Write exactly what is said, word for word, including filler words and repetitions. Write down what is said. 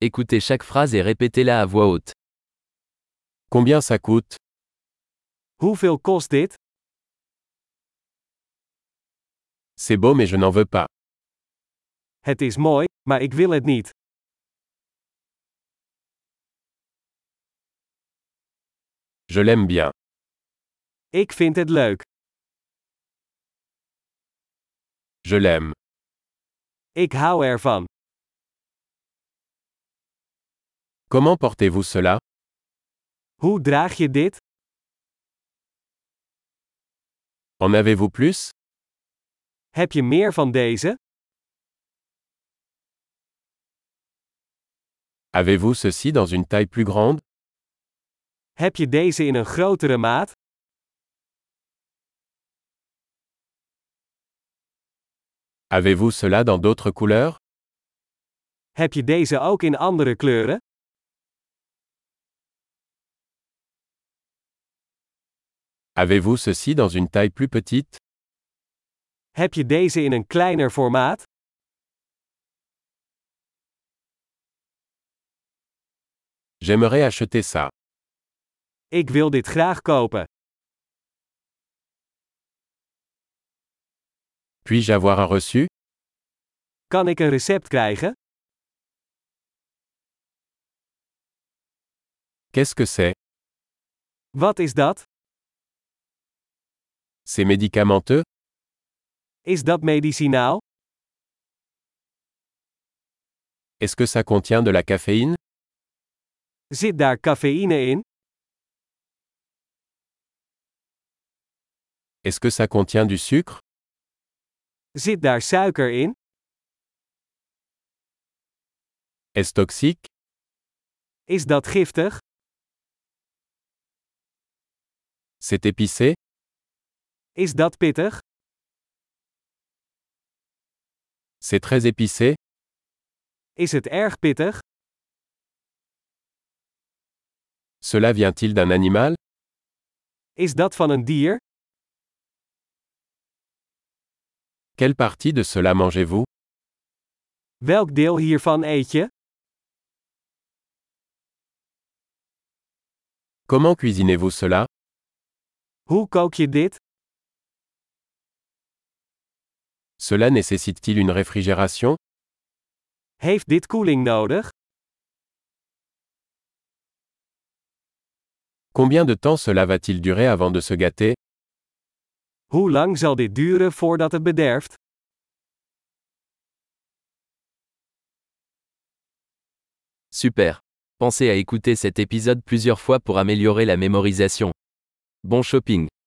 Écoutez chaque phrase et répétez-la à voix haute. Combien ça coûte? Hoeveel kost dit? C'est beau mais je n'en veux pas. Het is mooi, maar ik wil het niet. Je l'aime bien. Ik vind het leuk. Je l'aime. Ik hou ervan. Comment portez-vous cela? Hoe draag je dit? En avez-vous plus? Heb je meer van deze? Avez-vous ceci dans une taille plus grande? Heb je deze in een grotere maat? Avez-vous cela dans d'autres couleurs? Heb je deze ook in andere kleuren? Avez-vous ceci dans une taille plus petite? Heb je deze in een kleiner formaat? J'aimerais acheter ça. Ik wil dit graag kopen. Puis-je avoir un reçu? Kan ik een recept krijgen? Qu'est-ce que c'est? Wat is dat? C'est médicamenteux? Is dat medicinaal? Est-ce que ça contient de la caféine? Zit daar cafeïne in? Est-ce que ça contient du sucre? Zit daar suiker in? Est-ce toxique? Is dat giftig? C'est épicé? Is dat pittig? C'est très épicé? Is het erg pittig? Cela vient-il d'un animal? Is dat van een dier? Quelle partie de cela mangez-vous? Welk deel hiervan eet je? Comment cuisinez-vous cela? Hoe kook je dit? Cela nécessite-t-il une réfrigération? Heeft dit koeling nodig? Combien de temps cela va-t-il durer avant de se gâter? Hoe lang zal dit duren voordat het bederft? Super. Pensez à écouter cet épisode plusieurs fois pour améliorer la mémorisation. Bon shopping.